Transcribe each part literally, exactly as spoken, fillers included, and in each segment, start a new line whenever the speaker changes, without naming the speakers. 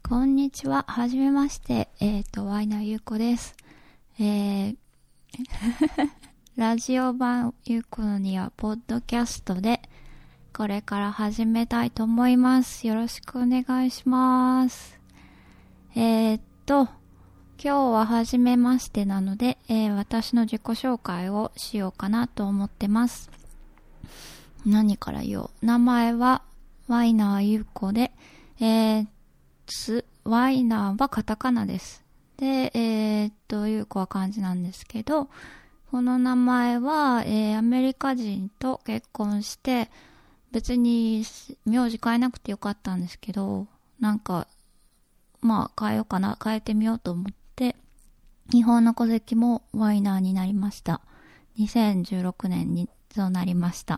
こんにちは。はじめまして。えっ、ー、と、ワイナゆうこです。えー、ラジオ版ゆうこのには、ポッドキャストで、これから始めたいと思います。よろしくお願いします。えっ、ー、と、今日は初めましてなので、えー、私の自己紹介をしようかなと思ってます。何から言おう。名前は、ワイナーゆうこで、えー、つ、ワイナーはカタカナです。で、えー、っと、ゆうこは漢字なんですけど、この名前は、えー、アメリカ人と結婚して、別に名字変えなくてよかったんですけど、なんか、まあ変えようかな、変えてみようと思って、日本の戸籍もワイナーになりました。にせんじゅうろくねんにそうなりました。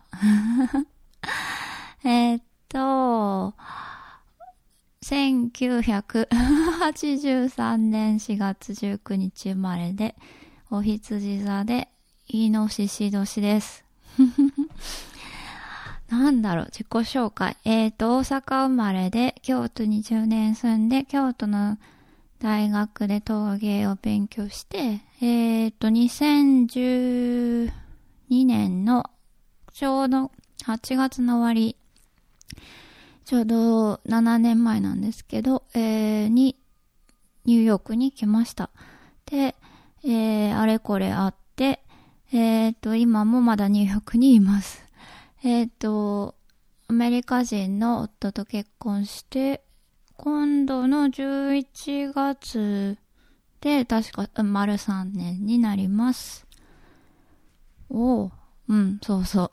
えっと、せんきゅうひゃくはちじゅうさんねんしがつじゅうくにち生まれで、お羊座で、イノシシ年です。なんだろう、自己紹介。えっと、大阪生まれで、京都にじゅうねん住んで、京都の大学で陶芸を勉強して、えっと、にせんじゅうにねんのちょうどはちがつの終わり、ちょうどななねんまえなんですけど、えー、に、ニューヨークに来ました。で、えー、あれこれあって、えっと、今もまだニューヨークにいます。えっと、アメリカ人の夫と結婚して、今度のじゅういちがつで、確か、丸さんねんになります。おー、うん、そうそう。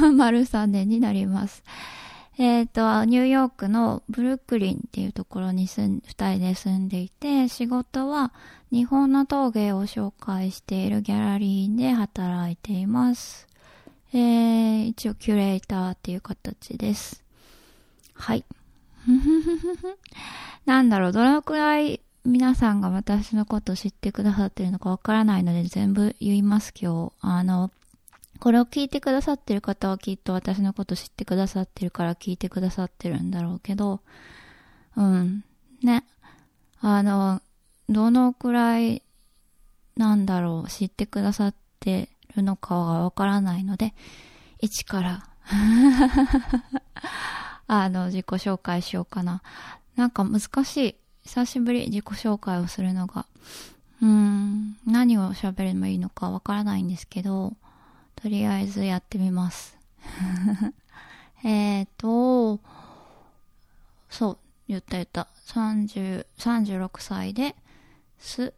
丸さんねんになります。えっと、ニューヨークのブルックリンっていうところに住ん、二人で住んでいて、仕事は日本の陶芸を紹介しているギャラリーで働いています。えー、一応キュレーターっていう形です。はい。なんだろう、どのくらい皆さんが私のことを知ってくださってるのかわからないので全部言います今日。あの、これを聞いてくださってる方はきっと私のこと知ってくださってるから聞いてくださってるんだろうけど、うん。ね。あの、どのくらいなんだろう、知ってくださってるのかがわからないので、一からあの、自己紹介しようかな。なんか難しい。久しぶり自己紹介をするのが。うーん、何を喋ればいいのかわからないんですけど、とりあえずやってみます。えっと、そう、言った言った。さんじゅう、さんじゅうろくさいで、す。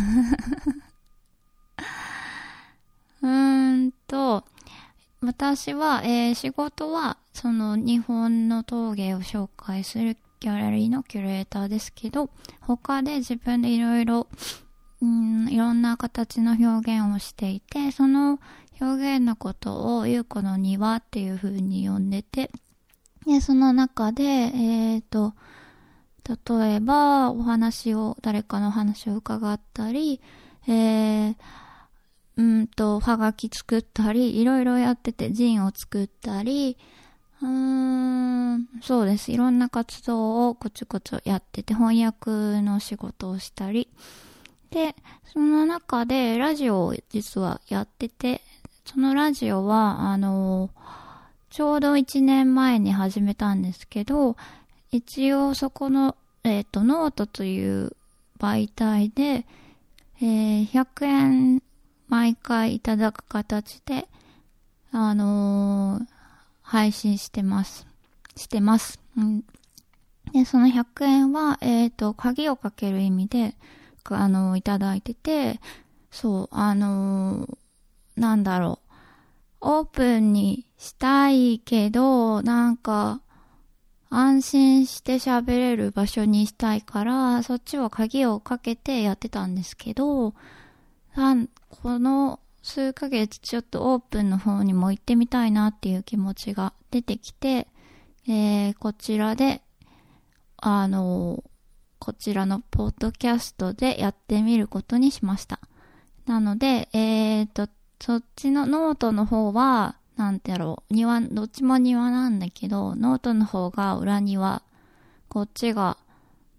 うーんと、私は、えー、仕事は、その日本の陶芸を紹介するギャラリーのキュレーターですけど、他で自分でいろいろ、うん、いろんな形の表現をしていて、その表現のことをゆうこの庭っていう風に呼んでて、で、その中で、えっと、例えばお話を、誰かの話を伺ったり、えー、うんと、はがき作ったり、いろいろやってて、ジンを作ったり、うーん、そうです。いろんな活動をコツコツやってて、翻訳の仕事をしたり、で、その中でラジオを実はやってて、そのラジオは、あの、ちょうどいちねんまえに始めたんですけど、一応そこの、えっと、ノートという媒体で、えー、ひゃくえん毎回いただく形で、あのー、配信してます。してます。うん、で、そのひゃくえんは、えっと、鍵をかける意味で、あの、いただいてて、そう、あのー、なんだろう。オープンにしたいけど、なんか、安心して喋れる場所にしたいから、そっちは鍵をかけてやってたんですけど、この数ヶ月ちょっとオープンの方にも行ってみたいなっていう気持ちが出てきて、えー、こちらで、あのー、こちらのポッドキャストでやってみることにしました。なので、えーと、そっちのノートの方は、なんてやろう、庭、どっちも庭なんだけど、ノートの方が裏庭、こっちが、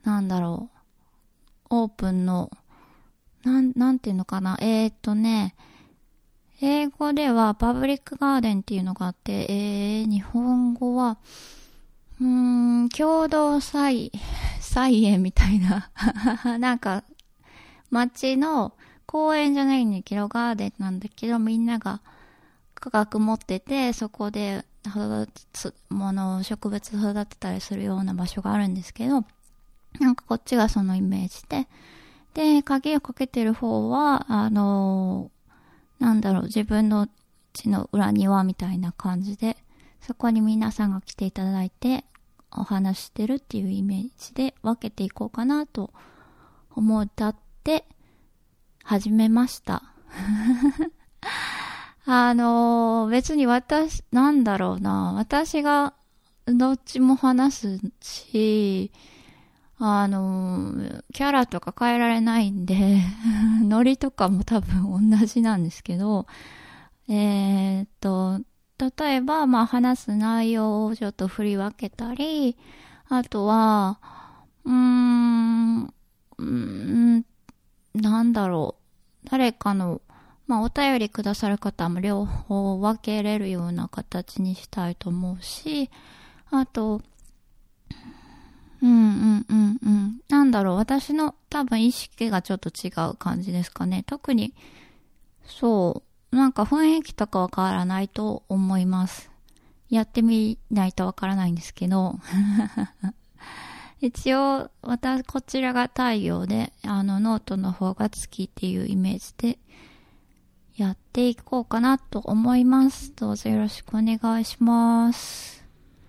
なんだろう、オープンの、なん、なんていうのかな、えーっとね、英語ではパブリックガーデンっていうのがあって、えー、日本語は、うーん、共同菜、菜園みたいな、なんか、街の公園じゃないんだけど、ガーデンなんだけど、みんなが区画持ってて、そこで育つもの、植物育てたりするような場所があるんですけど、なんかこっちがそのイメージで、で、鍵をかけてる方は、あのー、なんだろう、自分の家の裏庭みたいな感じで、そこに皆さんが来ていただいて、お話してるっていうイメージで分けていこうかなと思って始めました。あのー、別に私、なんだろうな、私がどっちも話すし、あのー、キャラとか変えられないんで、ノリとかも多分同じなんですけど、えーっと、例えば、まあ話す内容をちょっと振り分けたり、あとは、うーん、うーん、なんだろう、誰かの、まあお便りくださる方も両方分けれるような形にしたいと思うし、あと、うんうんうんうん。なんだろう、私の多分意識がちょっと違う感じですかね。特に、そう、なんか雰囲気とかわからないと思います。やってみないとわからないんですけど。一応、私、こちらが太陽で、あの、ノートの方が月っていうイメージで、やっていこうかなと思います。どうぞよろしくお願いします。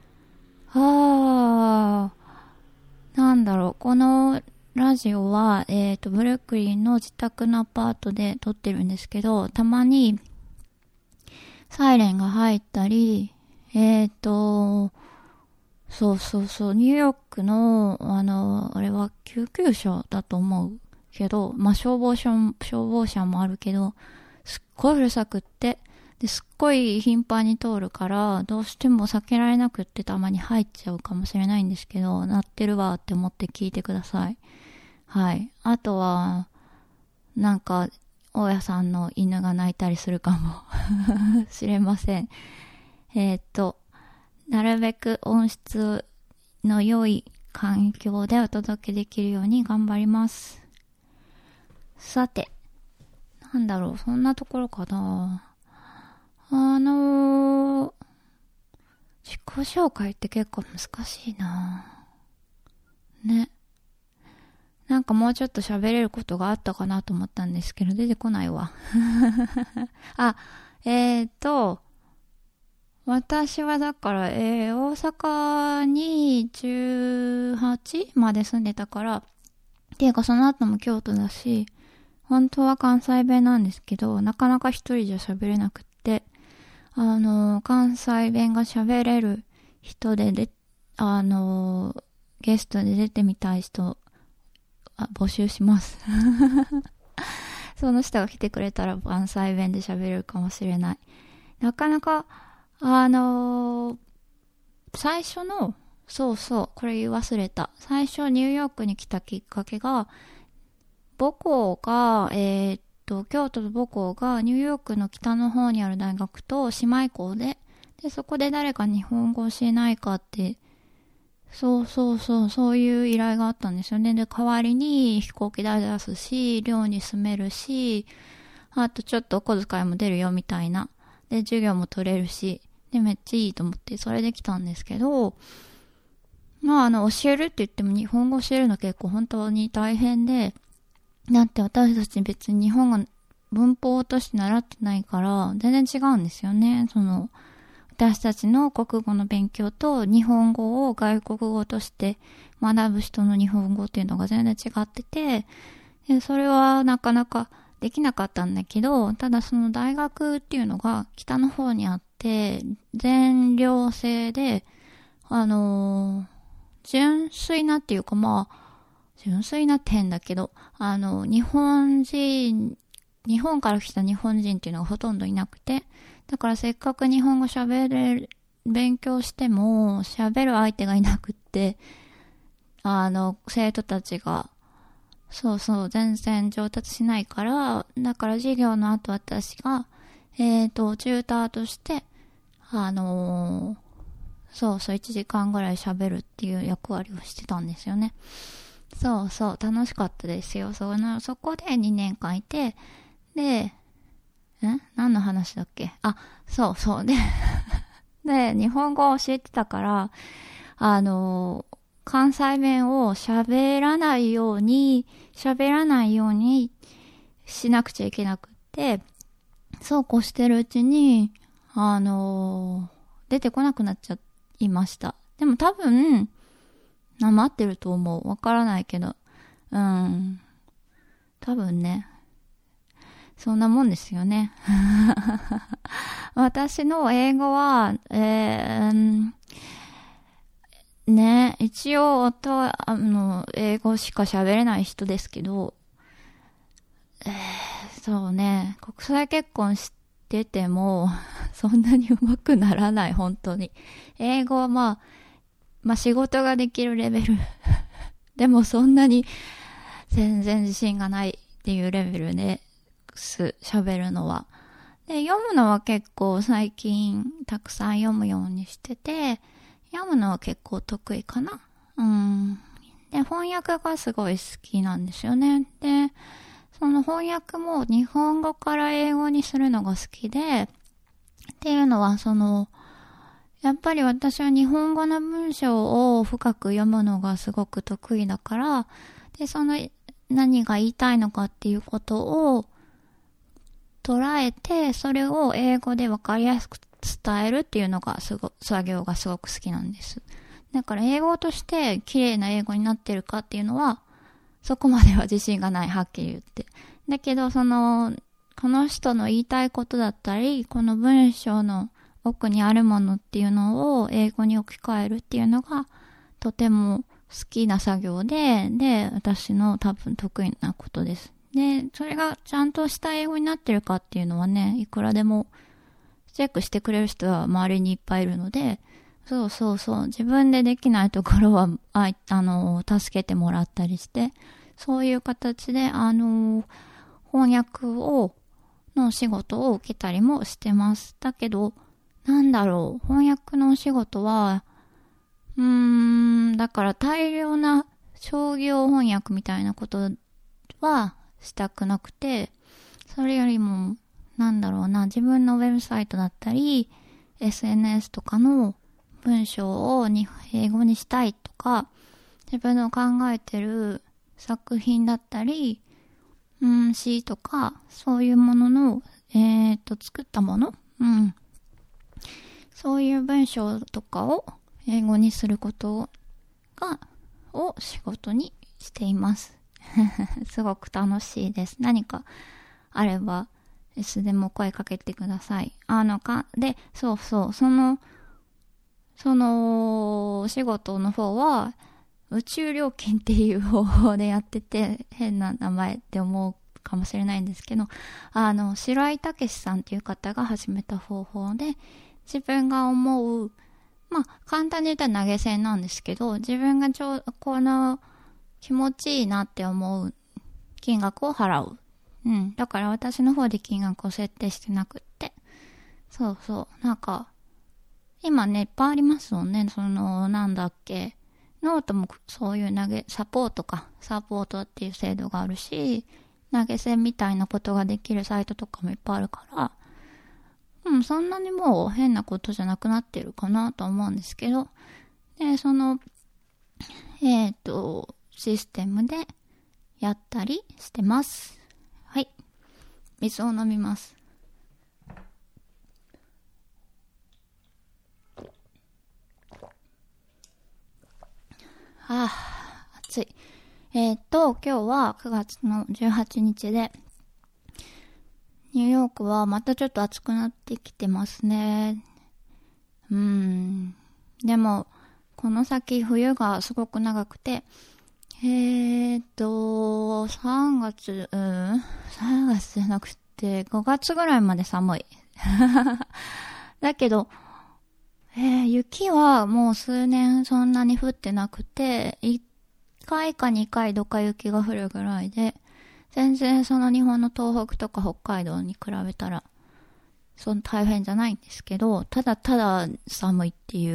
あー。なんだろう、このラジオは、えっと、ブルックリンの自宅のアパートで撮ってるんですけど、たまに、サイレンが入ったり、えっと、そうそうそう、ニューヨークの、あの、あれは救急車だと思うけど、まあ、消防車、消防車もあるけど、すっごいうるさくって、で、すっごい頻繁に通るから、どうしても避けられなくってたまに入っちゃうかもしれないんですけど、鳴ってるわって思って聞いてください。はい。あとは、なんか、大家さんの犬が鳴いたりするかもしれません。えーっと、なるべく音質の良い環境でお届けできるように頑張ります。さて、なんだろう、そんなところかな。あのー、自己紹介って結構難しいなね。なんかもうちょっと喋れることがあったかなと思ったんですけど、出てこないわ。あ、えーと、私はだから、えー、大阪にじゅうはちまで住んでたから、っていうかその後も京都だし、本当は関西弁なんですけど、なかなか一人じゃ喋れなくって、あの、関西弁が喋れる人でで、あの、ゲストで出てみたい人、あ募集します。その人が来てくれたら関西弁で喋れるかもしれない。なかなか、あのー、最初の、そうそう、これ言い忘れた。最初ニューヨークに来たきっかけが、母校が、えー、っと、京都の母校がニューヨークの北の方にある大学と姉妹校で、で、そこで誰か日本語教えないかって、そうそうそう、そういう依頼があったんですよね。で、代わりに飛行機代出すし、寮に住めるし、あとちょっとお小遣いも出るよみたいな。で、授業も取れるし、で、めっちゃいいと思って、それで来たんですけど、まあ、あの、教えるって言っても日本語教えるの結構本当に大変で、だって私たち別に日本が文法として習ってないから、全然違うんですよね。その、私たちの国語の勉強と日本語を外国語として学ぶ人の日本語っていうのが全然違ってて、でそれはなかなかできなかったんだけど、ただその大学っていうのが北の方にあって、全寮制で、あのー、純粋なっていうかまあ、純粋なって変だけど、あの、日本人、日本から来た日本人っていうのがほとんどいなくて、だからせっかく日本語喋れる、勉強しても喋る相手がいなくって、 あの、生徒たちが、そうそう、全然上達しないから、だから授業の後私が、えっと、チューターとして、あのー、そうそう、いちじかんぐらい喋るっていう役割をしてたんですよね。そうそう、楽しかったですよ。その、そこでにねんかんいて、で、ん何の話だっけ？あ、そうそう。で、で、日本語を教えてたから、あのー、関西弁を喋らないように、喋らないようにしなくちゃいけなくって、そうこうしてるうちに、あのー、出てこなくなっちゃいました。でも多分、なまってると思う。わからないけど。うん。多分ね。そんなもんですよね。私の英語は、えー、ね、一応、夫は、あの、英語しか喋れない人ですけど、えー、そうね、国際結婚してても、そんなに上手くならない、本当に。英語はまあ、まあ仕事ができるレベル。でもそんなに全然自信がないっていうレベルです喋るのは。で、読むのは結構最近たくさん読むようにしてて、読むのは結構得意かな。うん。で、翻訳がすごい好きなんですよね。で、その翻訳も日本語から英語にするのが好きで、っていうのはその、やっぱり私は日本語の文章を深く読むのがすごく得意だから、で、その何が言いたいのかっていうことを捉えて、それを英語でわかりやすく伝えるっていうのがすご、作業がすごく好きなんです。だから英語として綺麗な英語になってるかっていうのは、そこまでは自信がない、はっきり言って。だけど、その、この人の言いたいことだったり、この文章の奥にあるものっていうのを英語に置き換えるっていうのがとても好きな作業で、で、私の多分得意なことです。で、それがちゃんとした英語になってるかっていうのはね、いくらでもチェックしてくれる人は周りにいっぱいいるので、そうそうそう、自分でできないところは、あ、あの、助けてもらったりして、そういう形で、あの、翻訳を、の仕事を受けたりもしてます。だけど、なんだろう、翻訳のお仕事は、うーん、だから大量な商業翻訳みたいなことはしたくなくて、それよりも、なんだろうな、自分のウェブサイトだったり、エスエヌエス とかの文章をに英語にしたいとか、自分の考えてる作品だったり、うん、詩とか、そういうものの、えっと、作ったもの、うん。そういう文章とかを英語にすることが、を仕事にしています。すごく楽しいです。何かあれば、いつでも声かけてください。あのか、で、そうそう、その、その、お仕事の方は、宇宙料金っていう方法でやってて、変な名前って思うかもしれないんですけど、あの、白井武さんっていう方が始めた方法で、自分が思う、まあ、簡単に言ったら投げ銭なんですけど、自分がちょう、この、気持ちいいなって思う金額を払う。うん。だから私の方で金額を設定してなくって。そうそう。なんか、今ね、いっぱいありますもんね。その、なんだっけ。ノートもそういう投げ、サポートか。サポートっていう制度があるし、投げ銭みたいなことができるサイトとかもいっぱいあるから、うん、そんなにもう変なことじゃなくなってるかなと思うんですけど、で、その、えっと、システムでやったりしてます。はい。水を飲みます。ああ、暑い。えっと、今日はくがつのじゅうはちにちで、ニューヨークはまたちょっと暑くなってきてますね。うーん。でも、この先冬がすごく長くて、えーっと、さんがつ、うん、さんがつじゃなくて、ごがつぐらいまで寒い。だけど、えー、雪はもう数年そんなに降ってなくて、一かいかにかいドカ雪が降るぐらいで、全然その日本の東北とか北海道に比べたら、そんな大変じゃないんですけど、ただただ寒いっていう。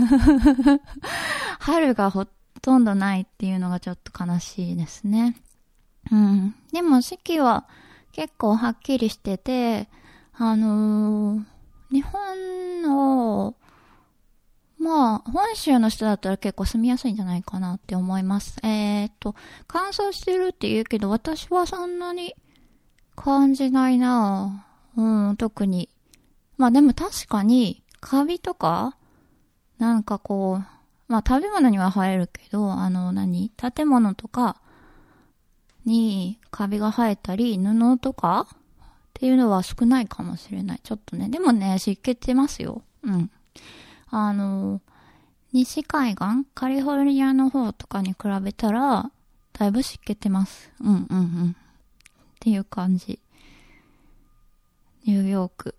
春がほとんどないっていうのがちょっと悲しいですね。うん。でも四季は結構はっきりしてて、あのー、日本の、まあ、本州の人だったら結構住みやすいんじゃないかなって思います。えーっと、乾燥してるって言うけど、私はそんなに感じないなぁ。うん、特に。まあでも確かに、カビとか、なんかこう、まあ食べ物には生えるけど、あの何、建物とかにカビが生えたり、布とかっていうのは少ないかもしれない。ちょっとね。でもね、湿気てますよ。うん。あの、西海岸カリフォルニアの方とかに比べたら、だいぶ湿気てます。うんうんうん。っていう感じ。ニューヨーク。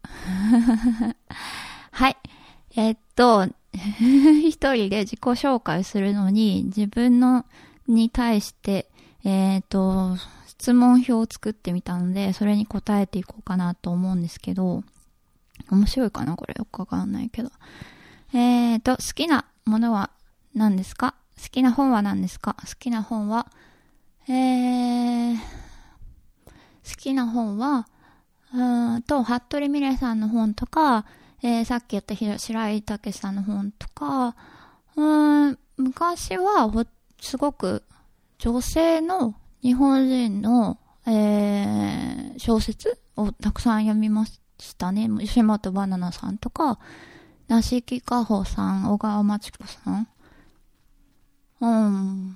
はい。えっと、一人で自己紹介するのに、自分のに対して、えっと、質問表を作ってみたので、それに答えていこうかなと思うんですけど、面白いかなこれよくわかんないけど。えーと、好きなものは何ですか？好きな本は何ですか？好きな本は、えー、好きな本は、うーんと、服部美玲さんの本とか、えー、さっき言った白井武さんの本とか、うーん、昔は、すごく女性の日本人の、えー、小説をたくさん読みましたね。吉本ばななさんとか、梨木かほさん、小川真知子さん、うん、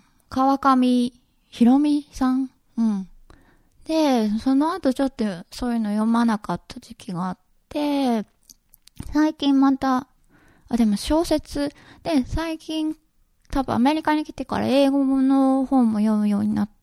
川上ひろみさん、うん。で、その後ちょっとそういうの読まなかった時期があって、最近また、あ、でも小説で、最近多分アメリカに来てから英語の本も読むようになって、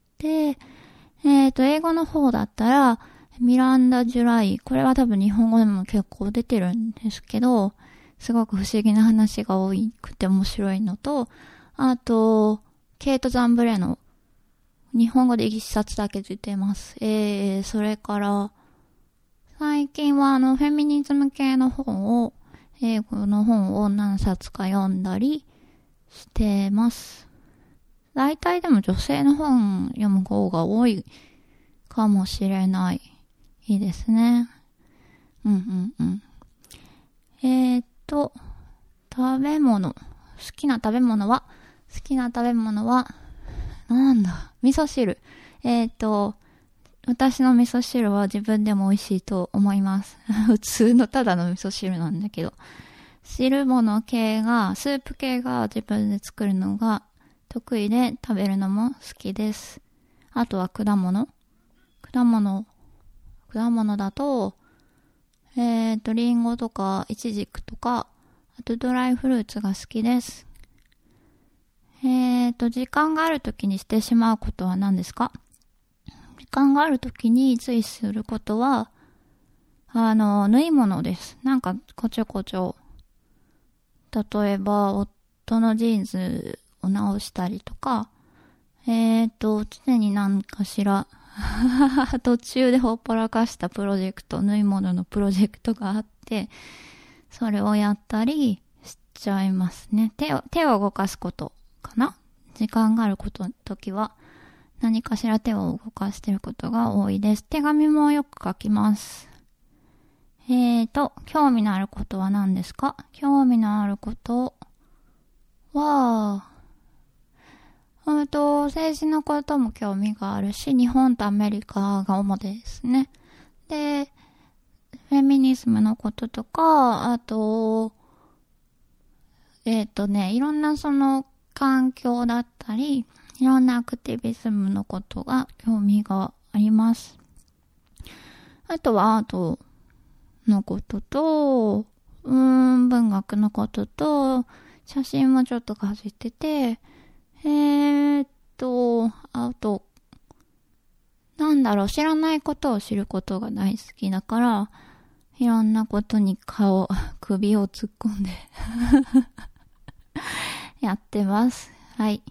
えっと、英語の方だったら、ミランダ・ジュライ、これは多分日本語でも結構出てるんですけど、すごく不思議な話が多くて面白いのと、あと、ケイト・ザンブレの日本語で一冊だけ出てます。えー、それから、最近はあの、フェミニズム系の本を、英語の本を何冊か読んだりしてます。大体でも女性の本読む方が多いかもしれない。いいですね。うんうんうん。えーっと、食べ物。好きな食べ物は、好きな食べ物は、なんだ、味噌汁。えーっと、私の味噌汁は自分でも美味しいと思います。普通のただの味噌汁なんだけど。汁物系が、スープ系が自分で作るのが得意で食べるのも好きです。あとは果物。果物。果物だと、えーと、リンゴとか、イチジクとか、あとドライフルーツが好きです。えーと、時間があるときにしてしまうことは何ですか？時間があるときについすることは、あの、縫い物です。なんか、こちょこちょ。例えば、夫のジーンズを直したりとか、えーと、常に何かしら、途中でほっぽらかしたプロジェクト、縫い物のプロジェクトがあって、それをやったりしちゃいますね。手を、手を動かすことかな？時間があること、時は、何かしら手を動かしていることが多いです。手紙もよく書きます。えーと、興味のあることは何ですか？興味のあることは、うんと、政治のことも興味があるし、日本とアメリカが主ですね。で、フェミニズムのこととか、あと、えっとね、いろんなその環境だったり、いろんなアクティビズムのことが興味があります。あとはアートのことと、うーん、文学のことと、写真もちょっとかじってて、えーっと、あと、なんだろう、知らないことを知ることが大好きだから、いろんなことに顔、首を突っ込んでやってます。はい。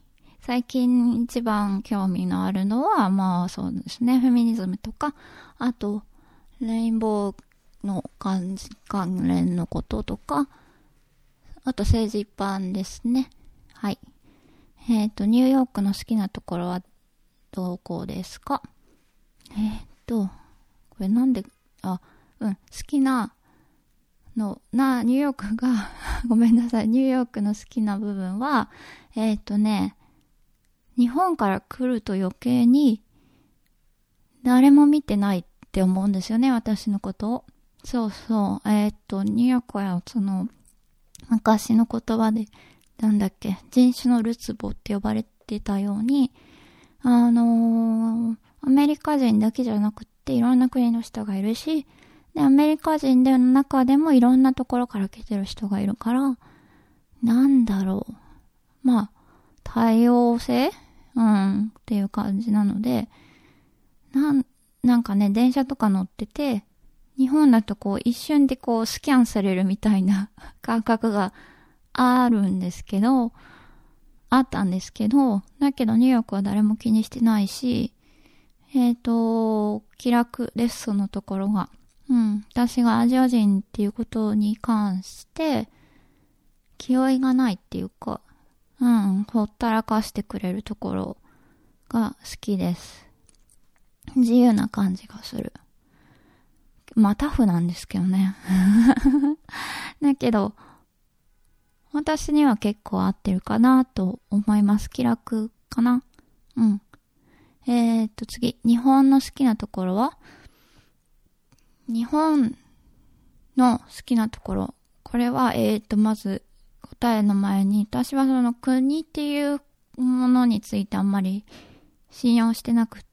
最近一番興味のあるのは、まあそうですね、フェミニズムとか、あと、レインボーの関連のこととか、あと政治一般ですね。はい。えっと、ニューヨークの好きなところはどこですか？えっと、これなんで、あ、うん、好きなの、な、ニューヨークが、ごめんなさい、ニューヨークの好きな部分は、えっとね、日本から来ると余計に、誰も見てないって思うんですよね、私のことを。そうそう、えっと、ニューヨークは、その、昔の言葉で、なんだっけ、人種のるつぼって呼ばれてたように、あのー、アメリカ人だけじゃなくっていろんな国の人がいるし、で、アメリカ人の中でもいろんなところから来てる人がいるから、なんだろう。まあ、多様性うん、っていう感じなので、なん、なんかね、電車とか乗ってて、日本だとこう一瞬でこうスキャンされるみたいな感覚があるんですけど、あったんですけど、だけどニューヨークは誰も気にしてないし、えっと、気楽です、そのところが。うん。私がアジア人っていうことに関して、気負いがないっていうか、うん、ほったらかしてくれるところが好きです。自由な感じがする。まあタフなんですけどね。だけど、私には結構合ってるかなと思います。気楽かな。うん。えーっと次、日本の好きなところは日本の好きなところ。これは、えーっと、まず答えの前に、私はその国っていうものについてあんまり信用してなくって、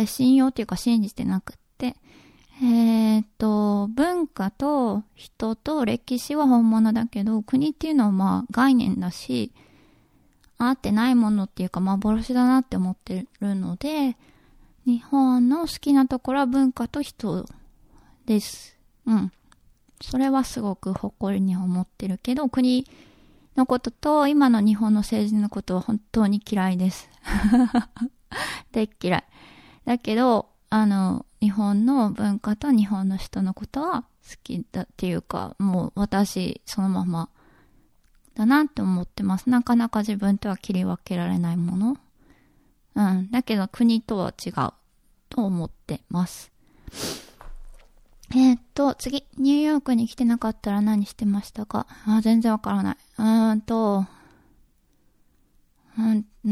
信用っていうか信じてなくって、えーっと、文化と人と歴史は本物だけど、国っていうのはまあ概念だし、合ってないものっていうか幻だなって思ってるので、日本の好きなところは文化と人です。うん。それはすごく誇りに思ってるけど、国のことと今の日本の政治のことは本当に嫌いです。でっ嫌い。だけど、あの、日本の文化と日本の人のことは好きだっていうか、もう私そのままだなって思ってます。なかなか自分とは切り分けられないもの。うん。だけど国とは違うと思ってます。えー、っと、次。ニューヨークに来てなかったら何してましたか？あ、全然わからない。うーんと、うん、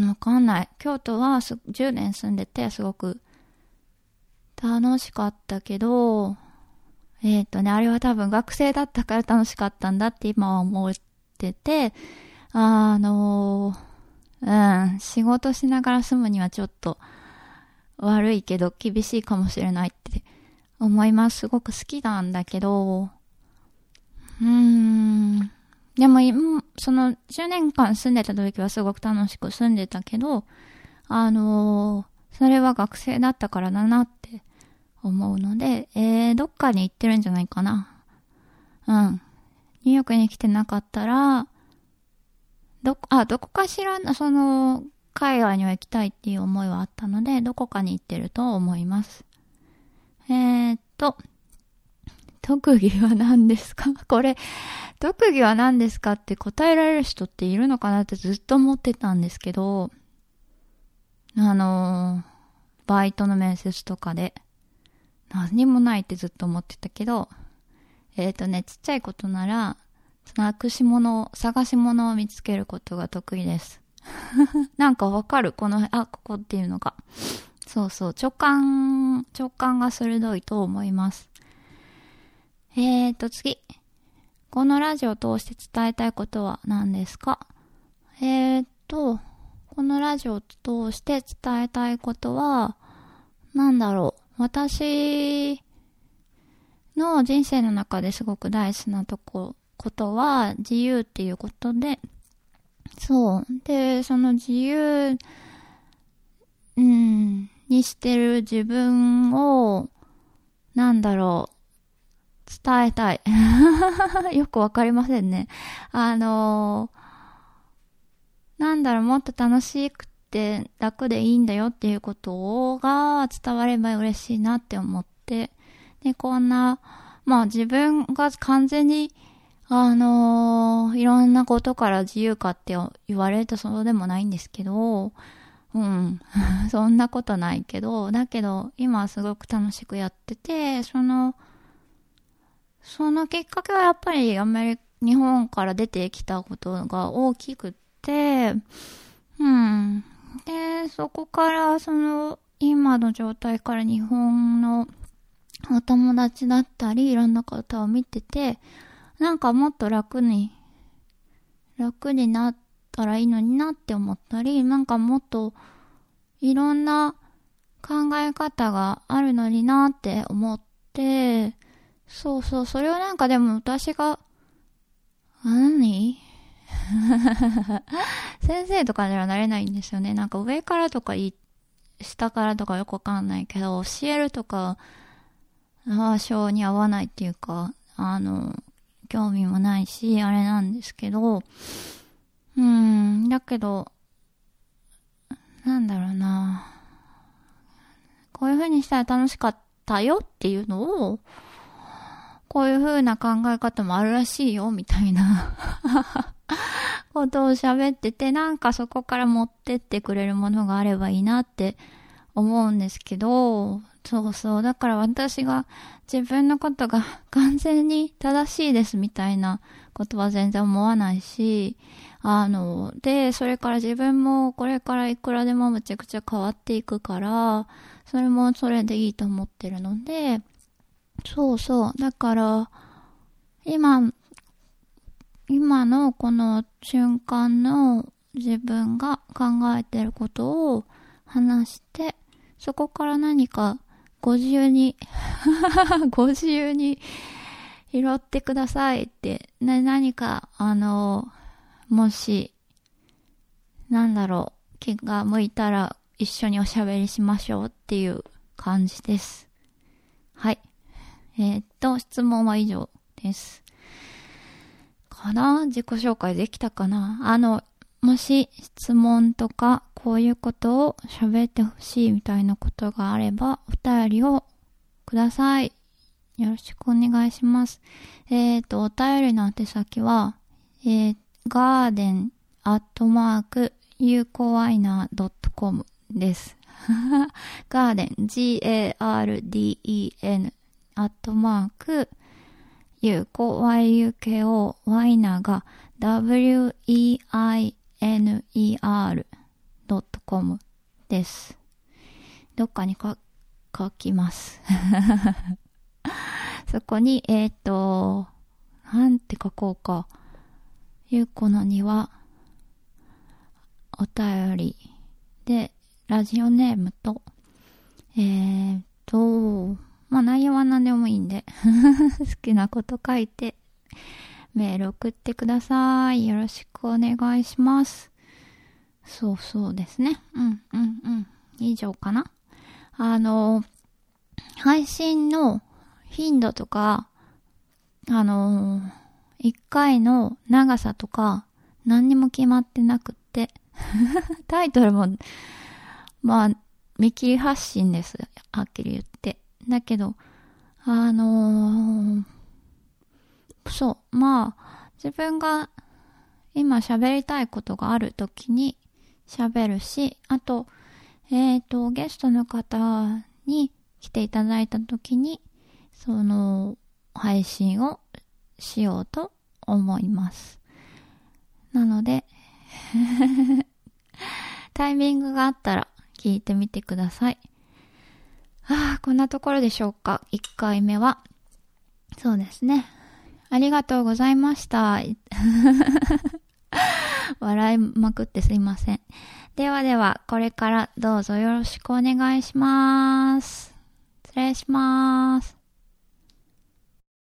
わかんない。京都はじゅうねん住んでてすごく楽しかったけど、えー、っとね、あれは多分学生だったから楽しかったんだって今は思ってて、あのー、うん、仕事しながら住むにはちょっと悪いけど厳しいかもしれないって思います。すごく好きなんだけど、うーん、でも、そのじゅうねんかん住んでた時はすごく楽しく住んでたけど、あのー、それは学生だったからだなって思うので、えー、どっかに行ってるんじゃないかな。うん。ニューヨークに来てなかったら、ど、あ、どこかしら、その、海外には行きたいっていう思いはあったので、どこかに行ってると思います。えーっと、特技は何ですか？これ、特技は何ですかって答えられる人っているのかなってずっと思ってたんですけど、あのー、バイトの面接とかで、何もないってずっと思ってたけど、えっとね、ちっちゃいことなら、なくし物を、探し物を見つけることが得意です。なんかわかる？この、あ、ここっていうのが。そうそう、直感、直感が鋭いと思います。えーと、次。このラジオを通して伝えたいことは何ですか？えーと、このラジオを通して伝えたいことは、なんだろう。私の人生の中ですごく大事なとこ、ことは自由っていうことで、そう。で、その自由、うん、にしてる自分を、なんだろう。伝えたい。よくわかりませんね。あのなんだろう、もっと楽しくて楽でいいんだよっていうことが伝われば嬉しいなって思って、で、こんな、まあ自分が完全に、あのー、いろんなことから自由かって言われるとそうでもないんですけど、うん。そんなことないけど、だけど、今はすごく楽しくやってて、その、そのきっかけはやっぱりアメリカ、日本から出てきたことが大きくって、うん。で、そこからその、今の状態から日本のお友達だったり、いろんな方を見てて、なんかもっと楽に、楽になったらいいのになって思ったり、なんかもっといろんな考え方があるのになって思って、そうそう、それをなんかでも私が、何先生とかではなれないんですよね。なんか上からとか下からとかよくわかんないけど、教えるとか、性に合わないっていうか、あの、興味もないし、あれなんですけど、うーん、だけど、なんだろうな。こういう風にしたら楽しかったよっていうのを、こういう風な考え方もあるらしいよ、みたいなことを喋ってて、なんかそこから持ってってくれるものがあればいいなって思うんですけど、そうそう。だから私が自分のことが完全に正しいですみたいなことは全然思わないし、あの、で、それから自分もこれからいくらでもむちゃくちゃ変わっていくから、それもそれでいいと思ってるので、そうそう。だから、今、今のこの瞬間の自分が考えてることを話して、そこから何かご自由にご自由に拾ってくださいって、ね、何か、あの、もし、なんだろう、気が向いたら一緒におしゃべりしましょうっていう感じです。はい。えー、っと、質問は以上です。かな？自己紹介できたかな？あの、もし質問とかこういうことを喋ってほしいみたいなことがあればお便りをください。よろしくお願いします。えっと、お便りの宛先は、えー、ガーデンアットマークユーコワイナードットコムです。ガーデン ジーエーアールディーイーエヌ アットマークユーコ ワイユーケーオー ワイナーが ダブリューイーアイエヌイーアール ドットコムです。どっかにか書きます。そこに、えっと、なんて書こうか。ゆうこの庭、お便りで、ラジオネームと、えーっと、まあ内容は何でもいいんで、好きなこと書いて、メール送ってください。よろしくお願いします。そうそうですね。うんうんうん。以上かな。あの、配信の頻度とか、あの、一回の長さとか、何にも決まってなくって、タイトルも、まあ、見切り発信です。はっきり言って。だけど、あのー、そう、まあ、自分が今喋りたいことがあるときに喋るし、あと、えっと、ゲストの方に来ていただいたときに、その、配信をしようと思います。なので、タイミングがあったら聞いてみてください。ああ、こんなところでしょうか。いっかいめは。そうですね。ありがとうございました。笑いまくってすいません。ではでは、これからどうぞよろしくお願いします。失礼します。